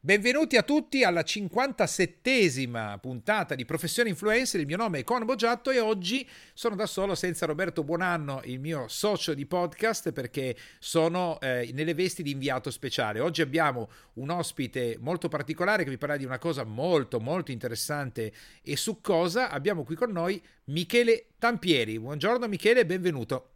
Benvenuti a tutti alla 57esima puntata di Professione Influencer. Il mio nome è Con Boggiatto e oggi sono da solo senza Roberto Buonanno, il mio socio di podcast, perché sono nelle vesti di inviato speciale. Oggi abbiamo un ospite molto particolare che vi parla di una cosa molto molto interessante e succosa. Abbiamo qui con noi Michele Tampieri. Buongiorno Michele, benvenuto.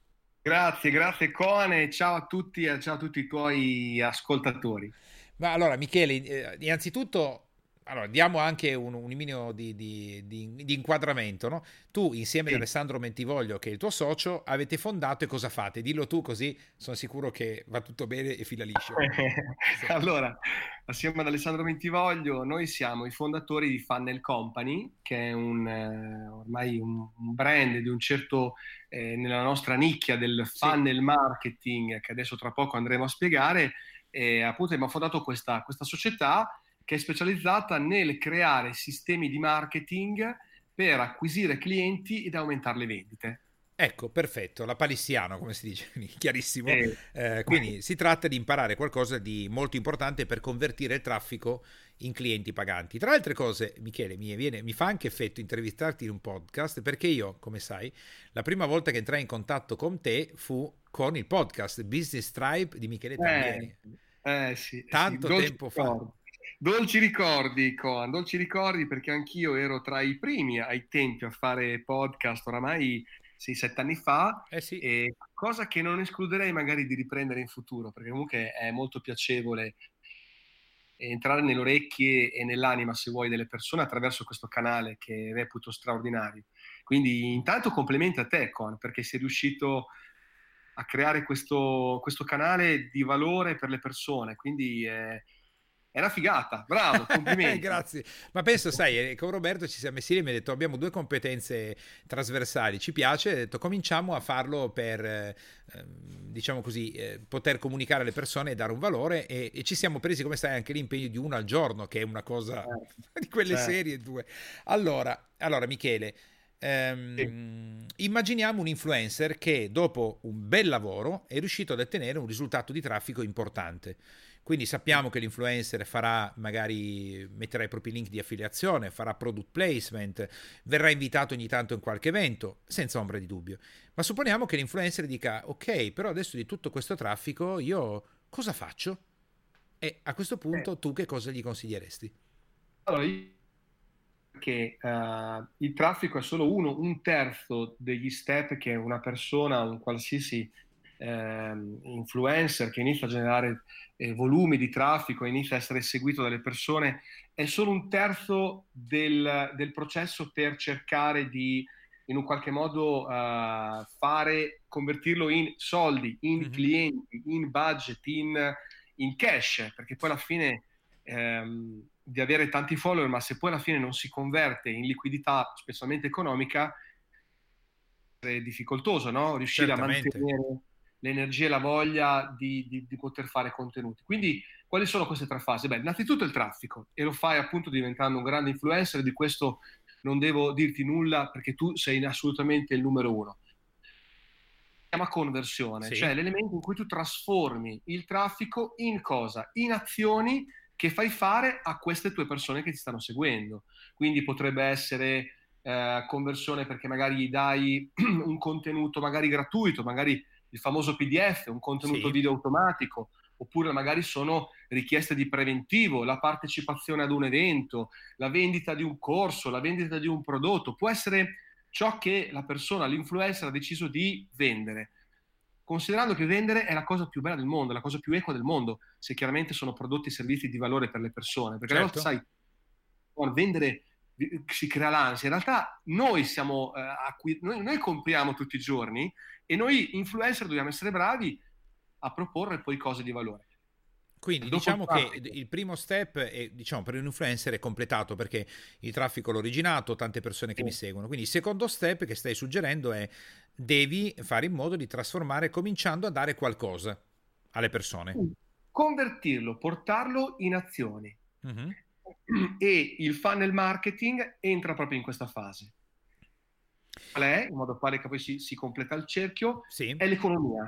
Grazie Coan e ciao a tutti e ciao a tutti i tuoi ascoltatori. Ma allora, Michele, innanzitutto, allora, diamo anche un minimo di inquadramento, no? Tu, insieme ad Sì. Alessandro Mentivoglio, che è il tuo socio, avete fondato e cosa fate? Dillo tu, così sono sicuro che va tutto bene e fila liscio. Sì. Allora, assieme ad Alessandro Mentivoglio, noi siamo i fondatori di Funnel Company, che è ormai un brand di un certo, nella nostra nicchia del Sì. funnel marketing, che adesso tra poco andremo a spiegare. E appunto abbiamo fondato questa società che è specializzata nel creare sistemi di marketing per acquisire clienti ed aumentare le vendite. Ecco, perfetto, la palissiano, come si dice, quindi chiarissimo. Eh, Quindi si tratta di imparare qualcosa di molto importante per convertire il traffico in clienti paganti. Tra le altre cose, Michele, mi fa anche effetto intervistarti in un podcast perché io, come sai, la prima volta che entrai in contatto con te fu con il podcast Business Tribe di Michele Tambieri. sì, Tanto dolci tempo fa. ricordi. Dolci ricordi, Coan, dolci ricordi perché anch'io ero tra i primi ai tempi a fare podcast, oramai 6-7 anni fa, Eh sì, e cosa che non escluderei magari di riprendere in futuro, perché comunque è molto piacevole entrare nelle orecchie e nell'anima, se vuoi, delle persone attraverso questo canale che reputo straordinario. Quindi intanto complimenti a te, Coan, perché sei riuscito a creare questo canale di valore per le persone, quindi è una figata, bravo, complimenti. grazie. Ma penso, sai, con Roberto ci siamo messi lì e mi ha detto abbiamo due competenze trasversali, ci piace, ha detto cominciamo a farlo per, diciamo così, poter comunicare alle persone e dare un valore e ci siamo presi, come sai, anche l'impegno di uno al giorno, che è una cosa Certo, di quelle certo. serie due. Allora Michele, Sì, immaginiamo un influencer che dopo un bel lavoro è riuscito ad ottenere un risultato di traffico importante. Quindi sappiamo che l'influencer farà, magari metterà i propri link di affiliazione, farà product placement, verrà invitato ogni tanto in qualche evento, senza ombra di dubbio. Ma supponiamo che l'influencer dica, ok, però adesso di tutto questo traffico io cosa faccio? E a questo eh, punto tu che cosa gli consiglieresti? allora, che il traffico è solo un terzo degli step che una persona, un qualsiasi influencer che inizia a generare volumi di traffico, inizia a essere seguito dalle persone, è solo un terzo del processo per cercare di in un qualche modo convertirlo in soldi, in Mhm. clienti, in budget, in cash, perché poi alla fine di avere tanti follower, ma se poi alla fine non si converte in liquidità, specialmente economica, è difficoltoso, no? Riuscire a Certamente. mantenere l'energia e la voglia di poter fare contenuti. Quindi, quali sono queste tre fasi? Beh, innanzitutto il traffico, e lo fai appunto diventando un grande influencer, e di questo non devo dirti nulla perché tu sei assolutamente il numero uno. Si chiama conversione, Sì. cioè l'elemento in cui tu trasformi il traffico in cosa? In azioni che fai fare a queste tue persone che ti stanno seguendo. Quindi potrebbe essere conversione perché magari gli dai un contenuto magari gratuito, magari il famoso PDF, un contenuto Sì. video automatico, oppure magari sono richieste di preventivo, la partecipazione ad un evento, la vendita di un corso, la vendita di un prodotto, può essere ciò che la persona, l'influencer, ha deciso di vendere, considerando che vendere è la cosa più bella del mondo, la cosa più equa del mondo, se chiaramente sono prodotti e servizi di valore per le persone, perché alle volte, Certo. sai, vendere si crea l'ansia, in realtà noi siamo, noi compriamo tutti i giorni e noi influencer dobbiamo essere bravi a proporre poi cose di valore. Quindi Dopo il diciamo che traffico, il primo step è, diciamo, per un influencer è completato perché il traffico l'ho originato, ho tante persone che mi seguono. Quindi il secondo step che stai suggerendo è devi fare in modo di trasformare cominciando a dare qualcosa alle persone. convertirlo, portarlo in azioni. Mhm. E il funnel marketing entra proprio in questa fase. Qual è? In modo tale che poi si completa il cerchio, Sì, è l'economia.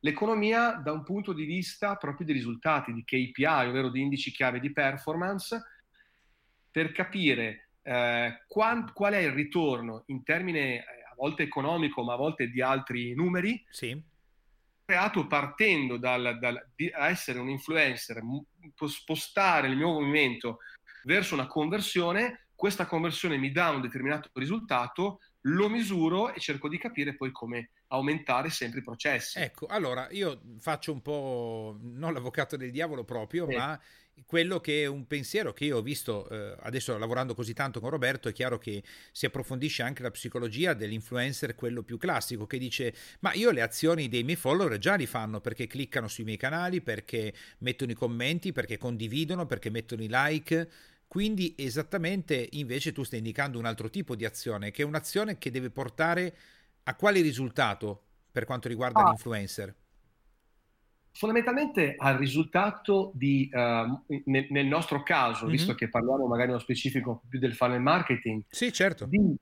l'economia da un punto di vista proprio dei risultati, di KPI, ovvero di indici chiave di performance, per capire qual è il ritorno in termine a volte economico, ma a volte di altri numeri, Sì. creato partendo di essere un influencer, spostare il mio movimento verso una conversione. Questa conversione mi dà un determinato risultato, lo misuro e cerco di capire poi come aumentare sempre i processi. Ecco, allora io faccio un po' non l'avvocato del diavolo proprio, ma quello che è un pensiero che io ho visto adesso lavorando così tanto con Roberto. È chiaro che si approfondisce anche la psicologia dell'influencer, quello più classico, che dice: ma io le azioni dei miei follower già li fanno, perché cliccano sui miei canali, perché mettono i commenti, perché condividono, perché mettono i like. Quindi esattamente invece tu stai indicando un altro tipo di azione, che è un'azione che deve portare a quale risultato per quanto riguarda l'influencer? Fondamentalmente al risultato di, nel nostro caso, Mm-hmm. visto che parliamo magari nello specifico più del funnel marketing, Sì, certo. di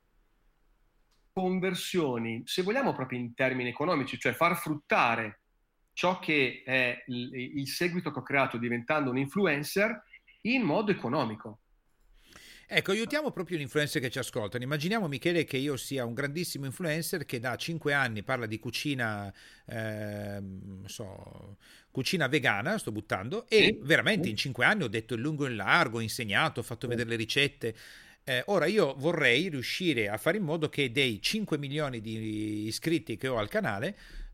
conversioni, se vogliamo proprio in termini economici, cioè far fruttare ciò che è il seguito che ho creato diventando un influencer in modo economico. Ecco, aiutiamo proprio gli influencer che ci ascoltano. Immaginiamo, Michele, che io sia un grandissimo influencer che da 5 anni parla di cucina, non so, cucina vegana, sto buttando, e Sì, veramente sì, in 5 anni ho detto in lungo e in largo, ho insegnato, ho fatto sì. vedere le ricette. Ora io vorrei riuscire a fare in modo che dei 5 milioni di iscritti che ho al canale,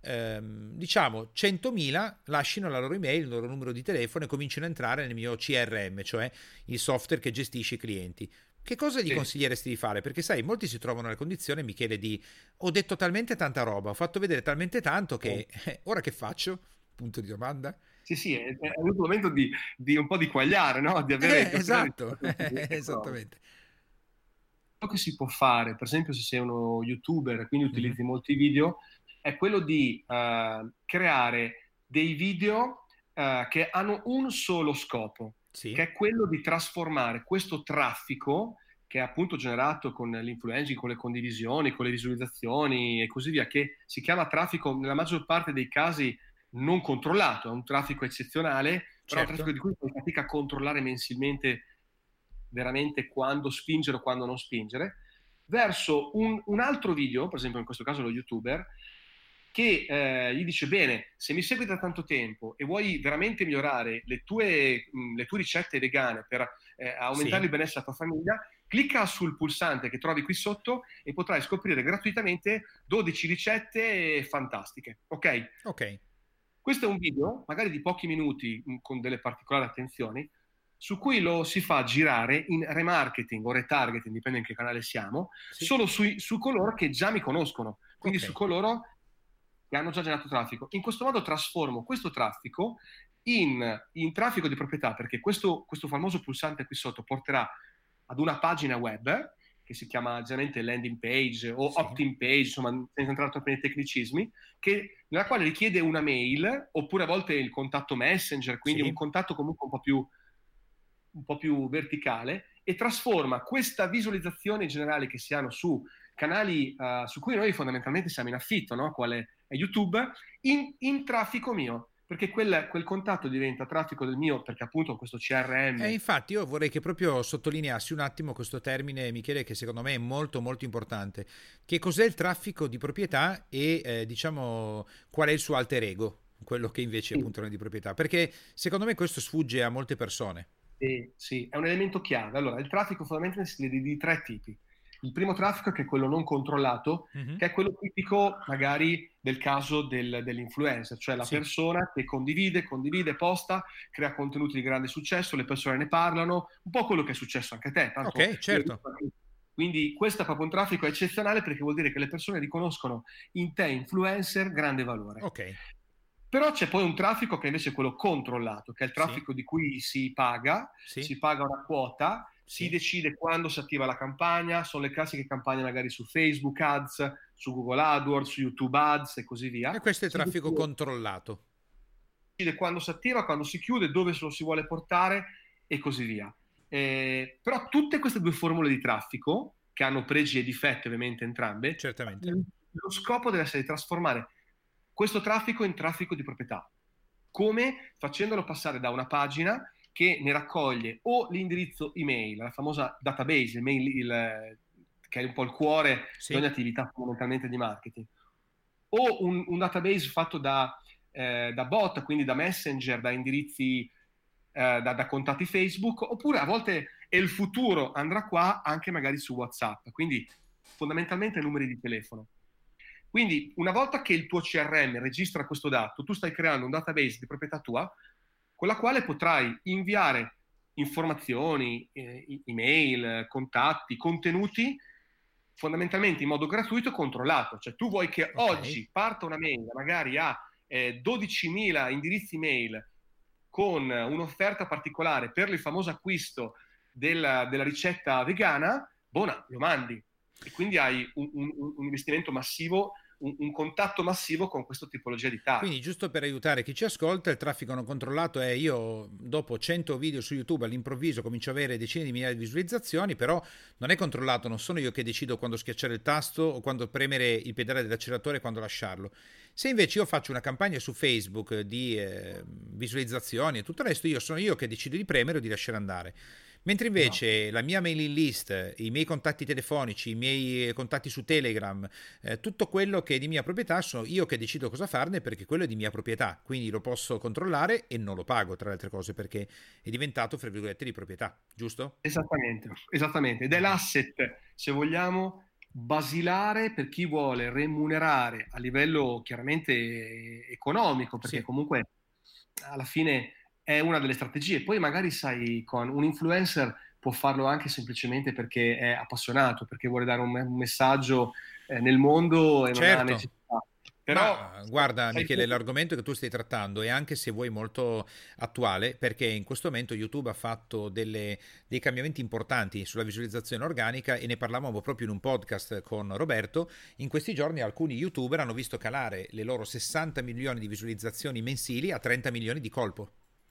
diciamo 100.000 lasciano la loro email, il loro numero di telefono e cominciano a entrare nel mio CRM, cioè il software che gestisce i clienti. Che cosa gli Sì. consiglieresti di fare? Perché sai, molti si trovano nella condizione, Michele, di ho detto talmente tanta roba, ho fatto vedere talmente tanto che ora che faccio? Punto di domanda. Sì, sì, è venuto il momento di un po' di quagliare, no? Di ottenere Esatto, risultati economici. esattamente. Quello che si può fare, per esempio se sei uno YouTuber e quindi Mhm. utilizzi molti video, è quello di creare dei video che hanno un solo scopo, Sì, che è quello di trasformare questo traffico che è appunto generato con l'influencing, con le condivisioni, con le visualizzazioni e così via, che si chiama traffico nella maggior parte dei casi non controllato, è un traffico eccezionale, però è un traffico certo. di cui fai fatica a controllare mensilmente veramente quando spingere o quando non spingere, verso un altro video, per esempio in questo caso lo YouTuber, che gli dice: bene, se mi segui da tanto tempo e vuoi veramente migliorare le tue ricette vegane per aumentare Sì, il benessere della tua famiglia, clicca sul pulsante che trovi qui sotto e potrai scoprire gratuitamente 12 ricette fantastiche. Ok? ok. Questo è un video, magari di pochi minuti, con delle particolari attenzioni, su cui lo si fa girare in remarketing o retargeting, dipende in che canale siamo, Sì, solo su coloro che già mi conoscono, quindi ok. su coloro che hanno già generato traffico. In questo modo trasformo questo traffico in traffico di proprietà, perché questo famoso pulsante qui sotto porterà ad una pagina web che si chiama generalmente landing page o Sì, opt-in page, insomma, senza entrare troppo nei tecnicismi, nella quale richiede una mail oppure a volte il contatto Messenger, quindi un sì. contatto comunque un po' più verticale, e trasforma questa visualizzazione generale che si hanno su canali su cui noi fondamentalmente siamo in affitto, no? Quale è YouTube, in traffico mio, perché quel contatto diventa traffico del mio, perché appunto questo E CRM. infatti io vorrei che proprio sottolineassi un attimo questo termine, Michele, che secondo me è molto molto importante. Che cos'è il traffico di proprietà e diciamo qual è il suo alter ego, quello che invece appunto non è di proprietà, perché secondo me questo sfugge a molte persone. Sì, sì, è un elemento chiave. Allora, il traffico fondamentalmente si divide di tre tipi. Il primo traffico che è quello non controllato, Mhm. che è quello tipico magari del caso dell'influencer, cioè la Sì, persona che condivide, posta, crea contenuti di grande successo, le persone ne parlano, un po' quello che è successo anche a te, tanto ok, certo. quindi questo è proprio un traffico eccezionale perché vuol dire che le persone riconoscono in te, influencer, grande valore. Ok, Però c'è poi un traffico che invece è quello controllato, che è il sì, traffico di cui sì, si paga una quota, si sì. decide quando si attiva la campagna, sono le classiche campagne magari su Facebook Ads, su Google AdWords, su YouTube Ads e così via. E questo è Si traffico decide controllato. quando si attiva, quando si chiude, dove se lo si vuole portare e così via. Però tutte queste due formule di traffico, che hanno pregi e difetti ovviamente entrambe, Certamente. lo scopo deve essere di trasformare questo traffico in traffico di proprietà. Come? Facendolo passare da una pagina che ne raccoglie o l'indirizzo email, la famosa database, che è un po' il cuore di ogni attività fondamentalmente di marketing, o un database fatto da bot, quindi da messenger, da indirizzi, da contatti Facebook, oppure a volte è il futuro, andrà qua anche magari su WhatsApp, quindi fondamentalmente numeri di telefono. Quindi una volta che il tuo CRM registra questo dato, tu stai creando un database di proprietà tua con la quale potrai inviare informazioni, email, contatti, contenuti fondamentalmente in modo gratuito e controllato. Cioè tu vuoi che oggi parta una mail, magari a 12.000 indirizzi mail con un'offerta particolare per il famoso acquisto della ricetta vegana, buona, lo mandi. E quindi hai un investimento massivo, un contatto massivo con questa tipologia di target. Quindi, giusto per aiutare chi ci ascolta, il traffico non controllato è: io dopo 100 video su YouTube all'improvviso comincio ad avere decine di migliaia di visualizzazioni, però non è controllato, non sono io che decido quando schiacciare il tasto o quando premere il pedale dell'acceleratore e quando lasciarlo. Se invece io faccio una campagna su Facebook di visualizzazioni e tutto il resto, sono io che decido di premere o di lasciare andare. Mentre invece la mia mailing list, i miei contatti telefonici, i miei contatti su Telegram, tutto quello che è di mia proprietà, sono io che decido cosa farne, perché quello è di mia proprietà, quindi lo posso controllare e non lo pago, tra le altre cose, perché è diventato, fra virgolette, di proprietà, giusto? Esattamente. Ed è l'asset, se vogliamo, basilare per chi vuole remunerare a livello chiaramente economico, perché comunque alla fine è una delle strategie. Poi magari, sai, con un influencer può farlo anche semplicemente perché è appassionato, perché vuole dare un messaggio nel mondo e non ha necessità. Però, ma guarda Michele, l'argomento che tu stai trattando è, anche se vuoi, molto attuale, perché in questo momento YouTube ha fatto dei cambiamenti importanti sulla visualizzazione organica, e ne parlavamo proprio in un podcast con Roberto. In questi giorni alcuni YouTuber hanno visto calare le loro 60 milioni di visualizzazioni mensili a 30 milioni di colpo.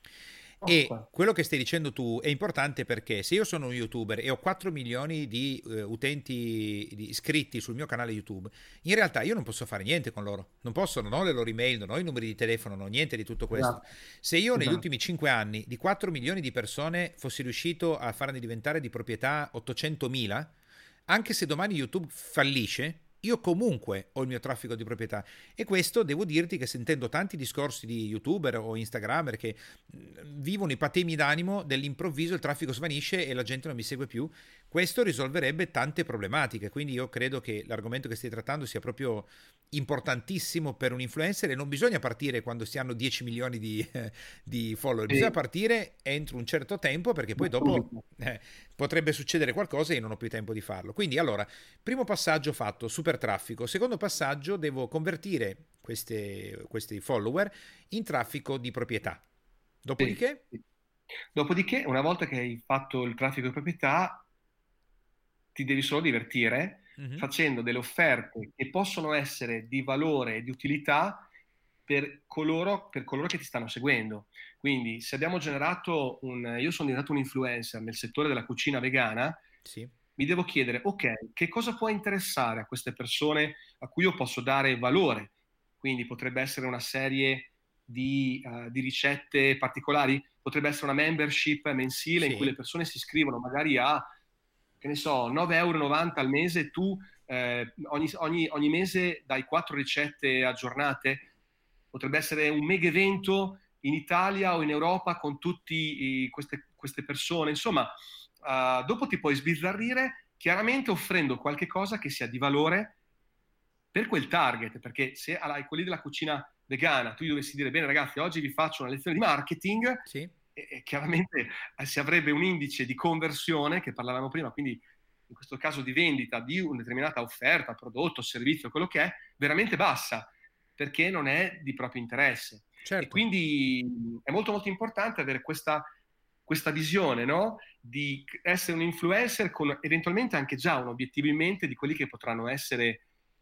E quello che stai dicendo tu è importante, perché se io sono un YouTuber e ho 4 milioni di utenti di iscritti sul mio canale YouTube, in realtà io non posso fare niente con loro. Non posso, non ho le loro email, non ho i numeri di telefono, non ho niente di tutto questo. Se io negli ultimi 5 anni di 4 milioni di persone fossi riuscito a farne diventare di proprietà 800.000, anche se domani YouTube fallisce, io comunque ho il mio traffico di proprietà. E questo, devo dirti che, sentendo tanti discorsi di YouTuber o Instagrammer che vivono i patemi d'animo dell'improvviso il traffico svanisce e la gente non mi segue più, questo risolverebbe tante problematiche. Quindi io credo che l'argomento che stai trattando sia proprio importantissimo per un influencer, e non bisogna partire quando si hanno 10 milioni di follower, bisogna partire entro un certo tempo, perché poi dopo potrebbe succedere qualcosa e io non ho più tempo di farlo. Quindi, allora, primo passaggio fatto, super traffico. Secondo passaggio, devo convertire questi follower in traffico di proprietà. Dopodiché? Dopodiché, una volta che hai fatto il traffico di proprietà, ti devi solo divertire facendo delle offerte che possono essere di valore e di utilità per coloro che ti stanno seguendo. Quindi, se abbiamo generato io sono diventato un influencer nel settore della cucina vegana, mi devo chiedere, ok, che cosa può interessare a queste persone a cui io posso dare valore? Quindi potrebbe essere una serie di ricette particolari, potrebbe essere una membership mensile in cui le persone si iscrivono magari a, che ne so, 9,90 € al mese, tu ogni mese dai 4 ricette aggiornate. Potrebbe essere un mega evento in Italia o in Europa con tutte queste persone. Insomma, dopo ti puoi sbizzarrire, chiaramente offrendo qualche cosa che sia di valore per quel target, perché se hai quelli della cucina vegana, tu gli dovessi dire, bene ragazzi, oggi vi faccio una lezione di marketing, e chiaramente si avrebbe un indice di conversione, che parlavamo prima, quindi in questo caso di vendita di una determinata offerta, prodotto, servizio, quello che è, veramente bassa, perché non è di proprio interesse. E quindi è molto molto importante avere questa visione, no? Di essere un influencer con eventualmente anche già un obiettivo in mente di quelli che potranno essere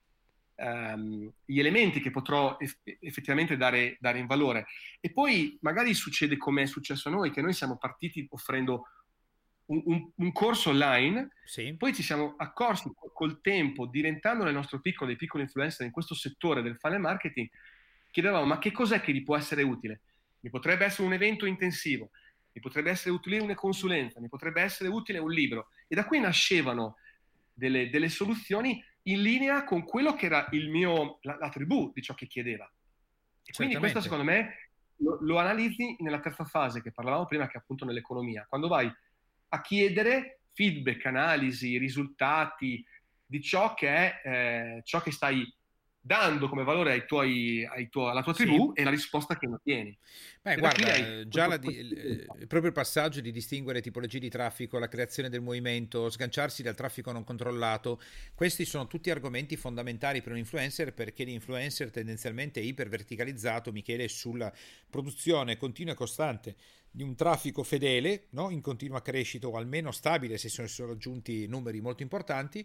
gli elementi che potrò effettivamente dare in valore. E poi magari succede come è successo a noi, che noi siamo partiti offrendo un corso online, poi ci siamo accorti col tempo, diventando nel nostro piccolo dei piccoli influencer in questo settore del funnel marketing, chiedevamo ma che cos'è che gli può essere utile? Mi potrebbe essere un evento intensivo, mi potrebbe essere utile una consulenza, mi potrebbe essere utile un libro. E da qui nascevano delle soluzioni in linea con quello che era la tribù di ciò che chiedeva. E quindi questo Certamente. secondo me lo analizzi nella terza fase che parlavamo prima, che è appunto nell'economia, quando vai a chiedere feedback, analisi, risultati di ciò che è ciò che stai dando come valore alla tua Sì. tribù e la risposta che ottieni. Beh, E da qui guarda, hai già questo. proprio il passaggio di distinguere tipologie di traffico, la creazione del movimento, sganciarsi dal traffico non controllato, questi sono tutti argomenti fondamentali per un influencer, perché l'influencer tendenzialmente è iperverticalizzato, Michele, sulla produzione continua e costante di un traffico fedele, no? In continua crescita o almeno stabile se sono raggiunti numeri molto importanti,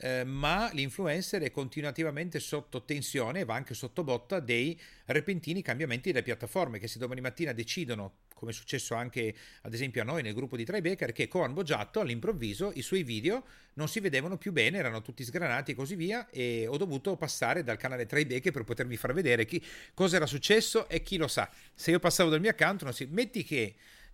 ma l'influencer è continuativamente sotto tensione e va anche sotto botta dei repentini cambiamenti delle piattaforme, che se domani mattina decidono, come è successo anche ad esempio a noi nel gruppo di Tribeca, che Coan Boggiatto all'improvviso i suoi video non si vedevano più bene, erano tutti sgranati e così via, e ho dovuto passare dal canale Tribeca per potermi far vedere cosa era successo, e chi lo sa, se io passavo dal mio account non si... metti che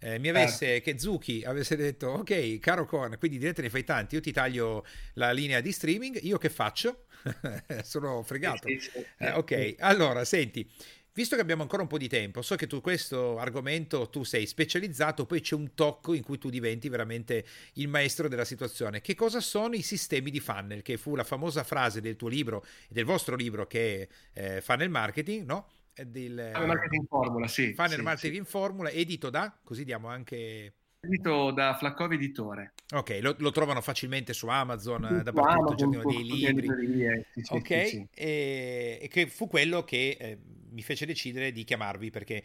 che Zucchi avesse detto ok caro Coan, quindi te ne fai tanti, io ti taglio la linea di streaming, io che faccio? Sono fregato. Ok, allora senti, visto che abbiamo ancora un po' di tempo, so che tu questo argomento tu sei specializzato, poi c'è un tocco in cui tu diventi veramente il maestro della situazione. Che cosa sono i sistemi di funnel? Che fu la famosa frase del tuo libro e del vostro libro, che è Funnel Marketing, no? Funnel Marketing Formula, sì. Funnel Marketing Formula, edito da, così diamo anche... Edito da Flaccov Editore. Ok, lo trovano facilmente su Amazon, Su dappertutto, Amazon, cercano dei libri. Ok, sì. e che fu quello che mi fece decidere di chiamarvi, perché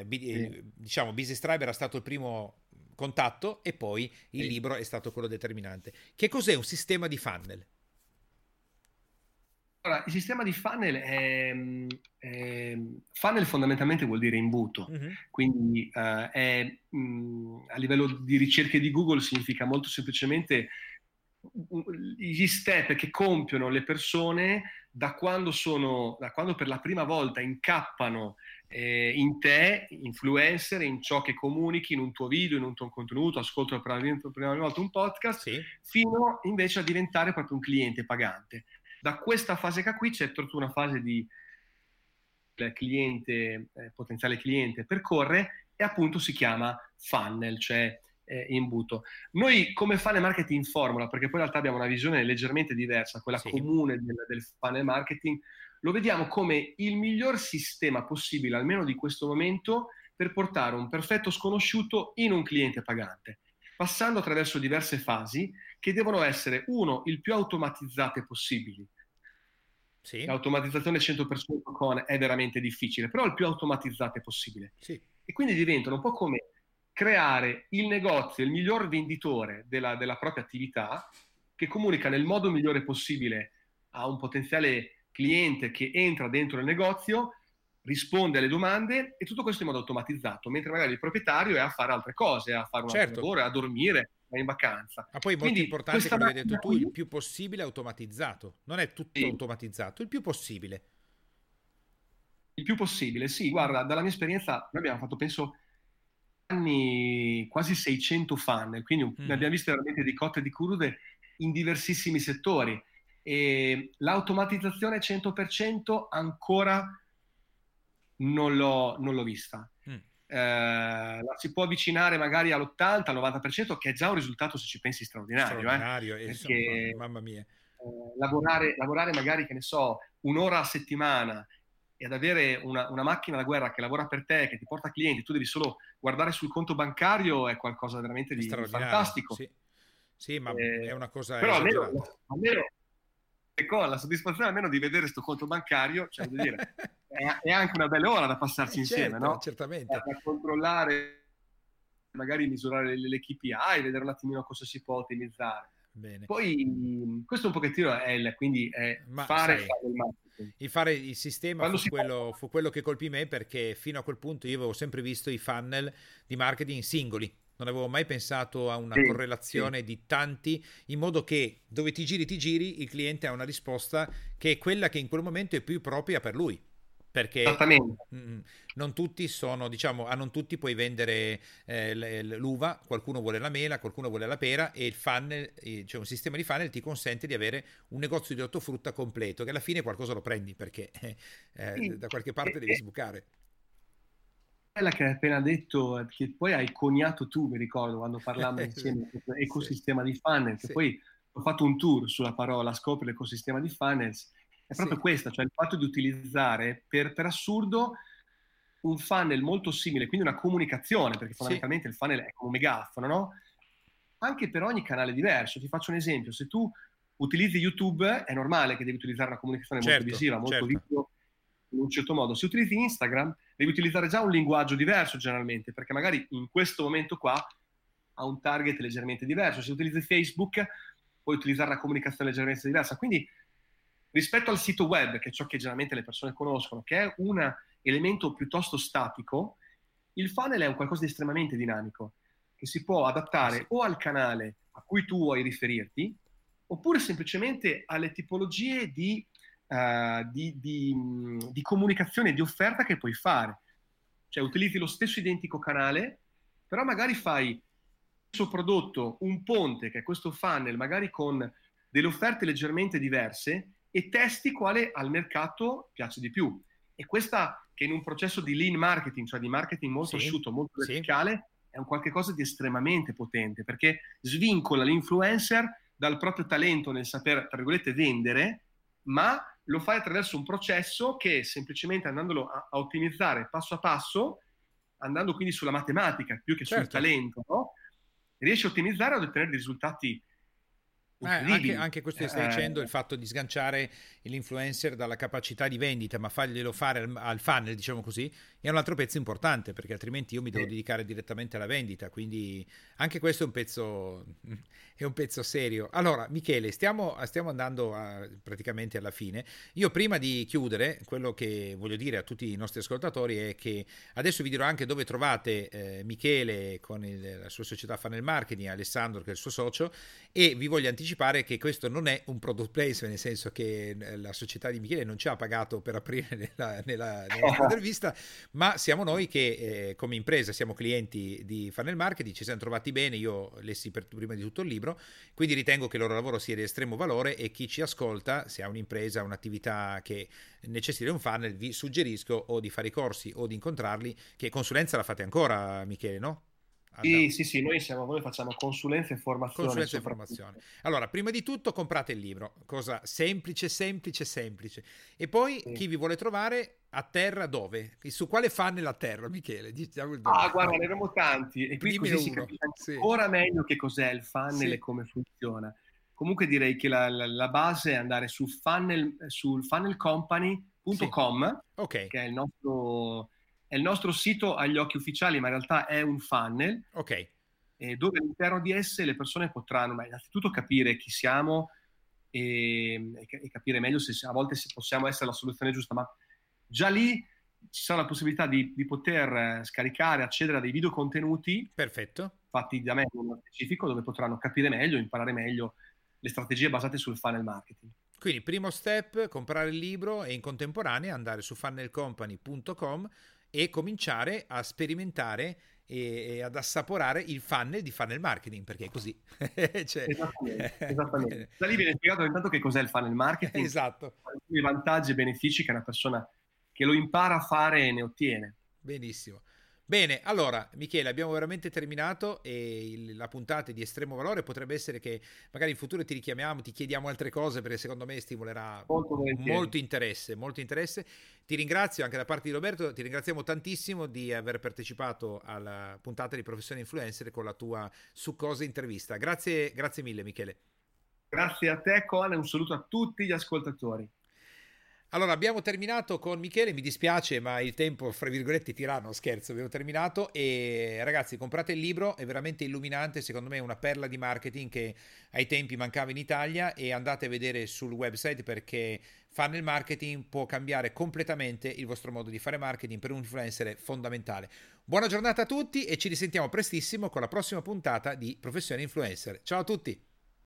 diciamo Business Tribe era stato il primo contatto e poi il libro è stato quello determinante. Che cos'è un sistema di funnel? Allora, il sistema di funnel funnel fondamentalmente vuol dire imbuto, quindi a livello di ricerche di Google significa molto semplicemente gli step che compiono le persone da quando per la prima volta incappano in te, influencer, in ciò che comunichi, in un tuo video, in un tuo contenuto, ascoltano per la prima volta un podcast, sì, fino invece a diventare proprio un cliente pagante. Da questa fase qui c'è tutta una fase di potenziale cliente percorre, e appunto si chiama funnel, cioè imbuto. Noi come funnel marketing formula, perché poi in realtà abbiamo una visione leggermente diversa, quella comune del funnel marketing, lo vediamo come il miglior sistema possibile, almeno di questo momento, per portare un perfetto sconosciuto in un cliente pagante, passando attraverso diverse fasi che devono essere, uno, il più automatizzate possibili. Sì. L'automatizzazione 100% con è veramente difficile, però il più automatizzate possibile. Sì. E quindi diventano un po' come creare il negozio, il miglior venditore della propria attività, che comunica nel modo migliore possibile a un potenziale cliente che entra dentro il negozio, risponde alle domande, e tutto questo in modo automatizzato, mentre magari il proprietario è a fare altre cose, a fare un altro lavoro, a dormire, è in vacanza. Ma poi molto importante, come hai detto tu, il più possibile automatizzato. Non è tutto automatizzato, il più possibile. Il più possibile, sì. Guarda, dalla mia esperienza, noi abbiamo fatto, penso, anni quasi 600 funnel, quindi ne abbiamo viste veramente di cotte e di crude in diversissimi settori. E l'automatizzazione 100% ancora non l'ho vista. La si può avvicinare magari all'80, al 90%, che è già un risultato, se ci pensi, straordinario. Perché mamma mia. Lavorare magari, che ne so, un'ora a settimana e ad avere una macchina da guerra che lavora per te, che ti porta clienti, tu devi solo guardare sul conto bancario, è qualcosa veramente di fantastico. Sì, ma è una cosa però esagerata. almeno con la soddisfazione almeno di vedere questo conto bancario, cioè, voglio dire, è anche una bella ora da passarci insieme, no? Certamente. Da controllare, magari misurare le KPI, vedere un attimino cosa si può ottimizzare. Bene. Poi questo un pochettino è fare il marketing. Fare il sistema fu quello che colpì me, perché fino a quel punto io avevo sempre visto i funnel di marketing singoli. Non avevo mai pensato a una correlazione di tanti, in modo che dove ti giri, il cliente ha una risposta che è quella che in quel momento è più propria per lui. perché Esattamente. non tutti sono, diciamo, a non tutti puoi vendere l'uva, qualcuno vuole la mela, qualcuno vuole la pera e il funnel, cioè un sistema di funnel ti consente di avere un negozio di ortofrutta completo, che alla fine qualcosa lo prendi perché Sì. da qualche parte devi E sbucare. quella che hai appena detto, che poi hai coniato tu, mi ricordo, quando parlammo insieme, Sì, ecosistema di funnel, che sì, poi ho fatto un tour sulla parola, scopri l'ecosistema di funnels, è proprio sì, questa, cioè il fatto di utilizzare per assurdo un funnel molto simile, quindi una comunicazione, perché sì, fondamentalmente il funnel è come un megafono, no? Anche per ogni canale diverso. Ti faccio un esempio, se tu utilizzi YouTube, è normale che devi utilizzare una comunicazione molto certo, visiva, molto certo. video in un certo modo. Se utilizzi Instagram, devi utilizzare già un linguaggio diverso generalmente, perché magari in questo momento qua ha un target leggermente diverso. Se utilizzi Facebook, puoi utilizzare una comunicazione leggermente diversa. Quindi, rispetto al sito web, che è ciò che generalmente le persone conoscono, che è un elemento piuttosto statico, il funnel è un qualcosa di estremamente dinamico, che si può adattare Sì, o al canale a cui tu vuoi riferirti, oppure semplicemente alle tipologie di comunicazione, di offerta che puoi fare. Cioè utilizzi lo stesso identico canale, però magari fai il suo prodotto un ponte, che è questo funnel, magari con delle offerte leggermente diverse e testi quale al mercato piace di più. E questa che in un processo di lean marketing, cioè di marketing molto sì, asciutto, molto sì, verticale, è un qualche cosa di estremamente potente, perché svincola l'influencer dal proprio talento nel saper, tra virgolette, vendere, ma lo fai attraverso un processo che semplicemente andandolo a ottimizzare passo a passo, andando quindi sulla matematica più che sul certo. talento, no? Riesci a ottimizzare ad ottenere dei risultati Anche, incredibili. anche questo che stai dicendo, il fatto di sganciare l'influencer dalla capacità di vendita, ma farglielo fare al funnel, diciamo così, è un altro pezzo importante, perché altrimenti io mi devo dedicare direttamente alla vendita. Quindi anche questo è un pezzo serio. Allora, Michele, stiamo andando praticamente alla fine. Io prima di chiudere, quello che voglio dire a tutti i nostri ascoltatori è che adesso vi dirò anche dove trovate Michele con la sua società Funnel Marketing, Alessandro che è il suo socio, e vi voglio anticipare che questo non è un product placement, nel senso che la società di Michele non ci ha pagato per aprire nella nostra intervista, ma siamo noi che come impresa siamo clienti di Funnel Marketing, ci siamo trovati bene, io lessi prima di tutto il libro, quindi ritengo che il loro lavoro sia di estremo valore e chi ci ascolta, se ha un'impresa, un'attività che necessita di un funnel, vi suggerisco o di fare i corsi o di incontrarli, che consulenza la fate ancora, Michele, no? Sì, sì, sì, noi facciamo consulenza e formazione Consulenza e formazione. soprattutto. Allora, prima di tutto comprate il libro, cosa semplice, semplice, semplice. E poi Sì. chi vi vuole trovare a terra dove? Su quale funnel a terra, Michele? Diciamo il Ah, dove. guarda, ne avremo tanti e qui Dimmene così si uno. capisce Sì, ancora meglio che cos'è il funnel e sì, come funziona. Comunque direi che la base è andare sul sì. funnelcompany.com, Ok, che è il nostro sito agli occhi ufficiali, ma in realtà è un funnel, ok. dove all'interno di esse le persone potranno innanzitutto capire chi siamo e capire meglio se a volte possiamo essere la soluzione giusta, ma già lì ci sarà la possibilità di poter scaricare, accedere a dei video contenuti Perfetto. fatti da me nello specifico, dove potranno capire meglio, imparare meglio le strategie basate sul funnel marketing. Quindi, primo step, comprare il libro e in contemporanea andare su funnelcompany.com e cominciare a sperimentare e ad assaporare il funnel di funnel marketing, perché è così. Cioè, Esattamente, esattamente. bene. Da lì viene spiegato intanto che cos'è il funnel marketing, Esatto. quali sono i vantaggi e benefici che una persona che lo impara a fare ne ottiene. Benissimo. Bene, allora Michele, abbiamo veramente terminato e la puntata è di estremo valore. Potrebbe essere che magari in futuro ti richiamiamo, ti chiediamo altre cose perché secondo me stimolerà Molto volentieri. molto interesse, molto interesse. Ti ringrazio anche da parte di Roberto, ti ringraziamo tantissimo di aver partecipato alla puntata di Professione Influencer con la tua succosa intervista. Grazie, grazie mille Michele. Grazie a te, Coan, e un saluto a tutti gli ascoltatori. Allora, abbiamo terminato con Michele, mi dispiace, ma il tempo, fra virgolette, tiranno, scherzo, abbiamo terminato e ragazzi, comprate il libro, è veramente illuminante, secondo me è una perla di marketing che ai tempi mancava in Italia e andate a vedere sul website perché funnel marketing può cambiare completamente il vostro modo di fare marketing, per un influencer è fondamentale. Buona giornata a tutti e ci risentiamo prestissimo con la prossima puntata di Professione Influencer. Ciao a tutti!